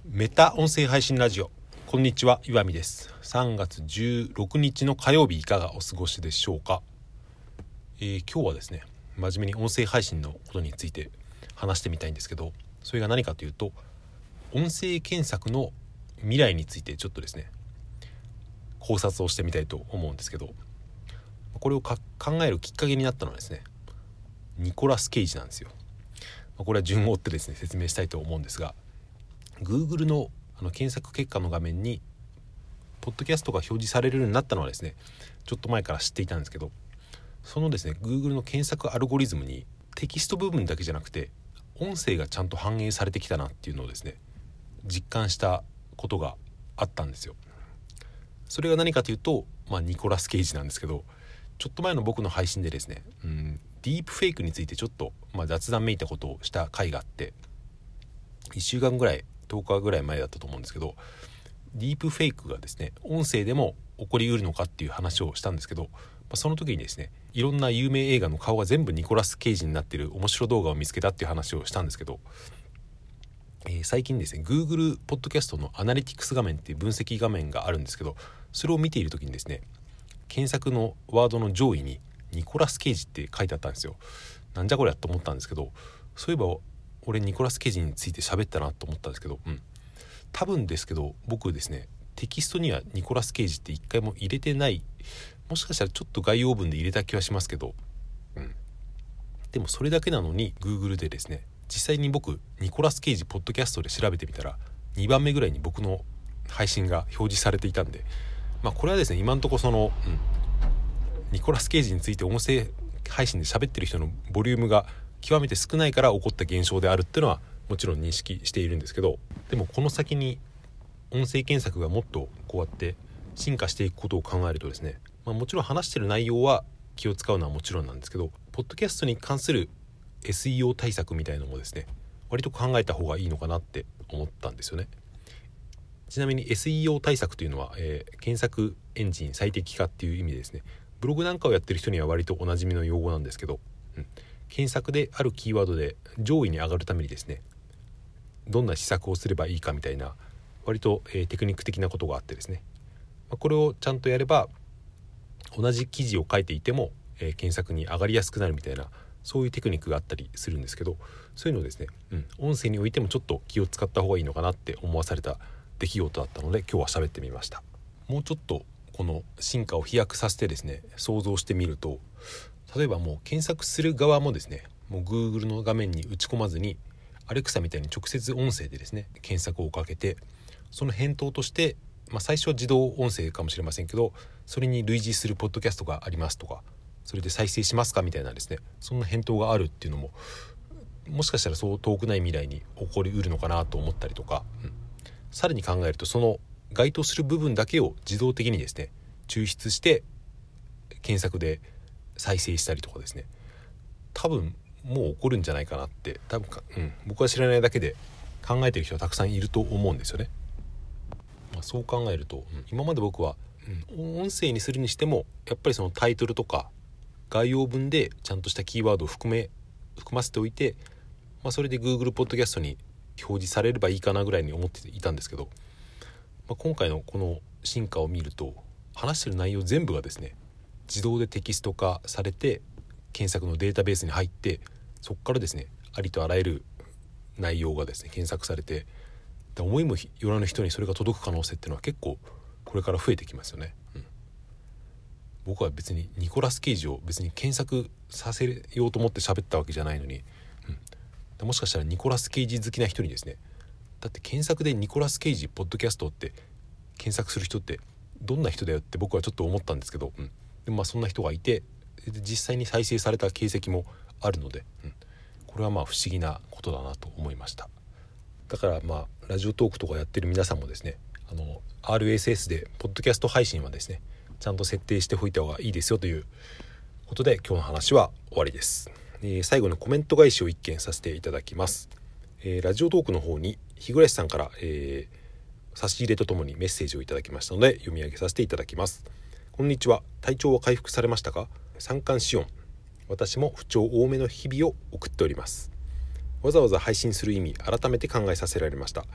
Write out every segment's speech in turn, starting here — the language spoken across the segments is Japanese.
メタ音声配信ラジオ、こんにちは、岩見です。3月16日の火曜日、いかがお過ごしでしょうか。今日はですね、真面目に音声配信のことについて話してみたいんですけど、それが何かというと、音声検索の未来についてちょっとですね、考察をしてみたいと思うんですけど、これを考えるきっかけになったのはですね、ニコラス・ケイジなんですよ。これは順を追ってですね、説明したいと思うんですが、Google の検索結果の画面にポッドキャストが表示されるようになったのはですね、ちょっと前から知っていたんですけど、そのですね Google の検索アルゴリズムにテキスト部分だけじゃなくて音声がちゃんと反映されてきたなっていうのをですね、実感したことがあったんですよ。それが何かというと、ニコラス・ケイジなんですけど、ちょっと前の僕の配信でですね、ディープフェイクについてちょっと、雑談めいたことをした回があって、1週間ぐらい10日ぐらい前だったと思うんですけど、ディープフェイクがですね、音声でも起こりうるのかっていう話をしたんですけど、その時にですね、いろんな有名映画の顔が全部ニコラス・ケイジになっている面白動画を見つけたっていう話をしたんですけど、最近ですね Google ポッドキャストのアナリティクス画面っていう分析画面があるんですけど、それを見ている時にですね、検索のワードの上位にニコラス・ケイジって書いてあったんですよ。なんじゃこりゃと思ったんですけど、そういえば俺ニコラス・ケイジについて喋ったなと思ったんですけど、多分ですけど僕ですね、テキストにはニコラス・ケイジって一回も入れてない、もしかしたらちょっと概要文で入れた気はしますけど、でもそれだけなのに Google でですね、実際に僕ニコラス・ケイジポッドキャストで調べてみたら2番目ぐらいに僕の配信が表示されていたんで、これはですね、今のところニコラス・ケイジについて音声配信で喋ってる人のボリュームが極めて少ないから起こった現象であるっていうのはもちろん認識しているんですけど、でもこの先に音声検索がもっとこうやって進化していくことを考えるとですね、もちろん話してる内容は気を使うのはもちろんなんですけど、ポッドキャストに関する SEO 対策みたいなのもですね、割と考えた方がいいのかなって思ったんですよね。ちなみに SEO 対策というのは、検索エンジン最適化っていう意味でですね、ブログなんかをやってる人には割とおなじみの用語なんですけど、検索であるキーワードで上位に上がるためにですね、どんな施策をすればいいかみたいな割と、テクニック的なことがあってですね、これをちゃんとやれば同じ記事を書いていても、検索に上がりやすくなるみたいな、そういうテクニックがあったりするんですけど、そういうのをですね、音声においてもちょっと気を使った方がいいのかなって思わされた出来事だったので、今日は喋ってみました。もうちょっとこの進化を飛躍させてですね、想像してみると、例えばもう検索する側もですね、もう Google の画面に打ち込まずに Alexa みたいに直接音声でですね検索をかけて、その返答として、最初は自動音声かもしれませんけど、それに類似するポッドキャストがありますとか、それで再生しますかみたいなですね、そんな返答があるっていうのももしかしたらそう遠くない未来に起こりうるのかなと思ったりとか、さらに考えるとその該当する部分だけを自動的にですね抽出して検索で再生したりとかですね、多分もう起こるんじゃないかなって、僕は知らないだけで考えてる人はたくさんいると思うんですよね。そう考えると、今まで僕は、音声にするにしてもやっぱりそのタイトルとか概要文でちゃんとしたキーワードを含ませておいて、それで Google ポッドキャストに表示されればいいかなぐらいに思っていたんですけど、今回のこの進化を見ると、話してる内容全部がですね自動でテキスト化されて検索のデータベースに入って、そこからですねありとあらゆる内容がですね検索されて、思いもよらぬ人にそれが届く可能性っていうのは結構これから増えてきますよね。僕は別にニコラス・ケイジを別に検索させようと思って喋ったわけじゃないのに、もしかしたらニコラス・ケイジ好きな人にですね、だって検索でニコラス・ケイジポッドキャストって検索する人ってどんな人だよって僕はちょっと思ったんですけど、でもそんな人がいて、実際に再生された形跡もあるので、これは不思議なことだなと思いました。だからラジオトークとかやってる皆さんもですね、RSS でポッドキャスト配信はですねちゃんと設定しておいた方がいいですよということで、今日の話は終わりです。最後のコメント返しを一件させていただきます。ラジオトークの方に日暮さんから、差し入れとともにメッセージをいただきましたので読み上げさせていただきます。こんにちは。体調は回復されましたか？三寒四温。私も不調多めの日々を送っております。わざわざ配信する意味改めて考えさせられました。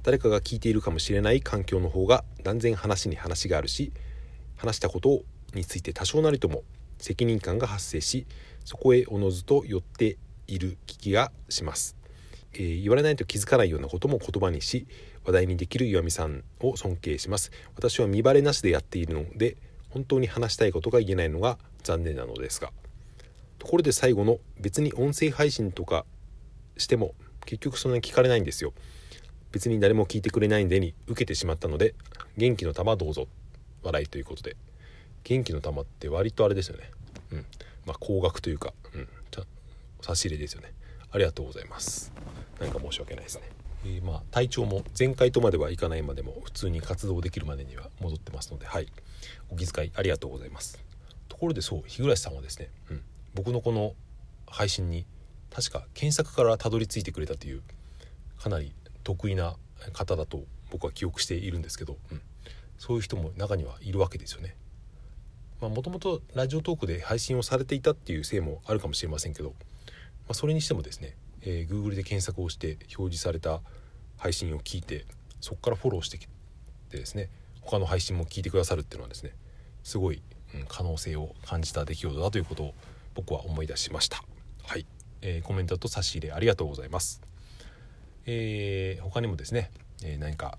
誰かが聞いているかもしれない環境の方が断然話に話があるし、話したことについて多少なりとも責任感が発生し、そこへおのずと寄っている気がします。言われないと気づかないようなことも言葉にし話題にできる岩見さんを尊敬します。私は見バレなしでやっているので本当に話したいことが言えないのが残念なのですが、ところで最後の別に音声配信とかしても結局そんなに聞かれないんですよ。別に誰も聞いてくれないんでに受けてしまったので、元気の玉どうぞ笑いということで、元気の玉って割とあれですよね。高額というか、差し入れですよね。ありがとうございます。なんか申し訳ないですね。体調も前回とまではいかないまでも普通に活動できるまでには戻ってますので、お気遣いありがとうございます。ところで日暮さんはですね、僕のこの配信に確か検索からたどり着いてくれたというかなり得意な方だと僕は記憶しているんですけど、そういう人も中にはいるわけですよね。もともとラジオトークで配信をされていたっていうせいもあるかもしれませんけど、それにしてもですね、Google で検索をして表示された配信を聞いて、そこからフォローしてきてですね、他の配信も聞いてくださるっていうのはですね、すごい、可能性を感じた出来事だということを僕は思い出しました。コメントと差し入れありがとうございます。他にもですね、何か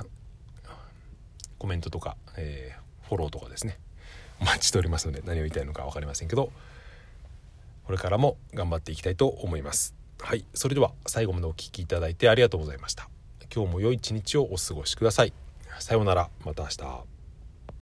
コメントとか、フォローとかですねお待ちしておりますので、何を言いたいのか分かりませんけど、これからも頑張っていきたいと思います。それでは最後までお聞きいただいてありがとうございました。今日も良い一日をお過ごしください。さようなら、また明日。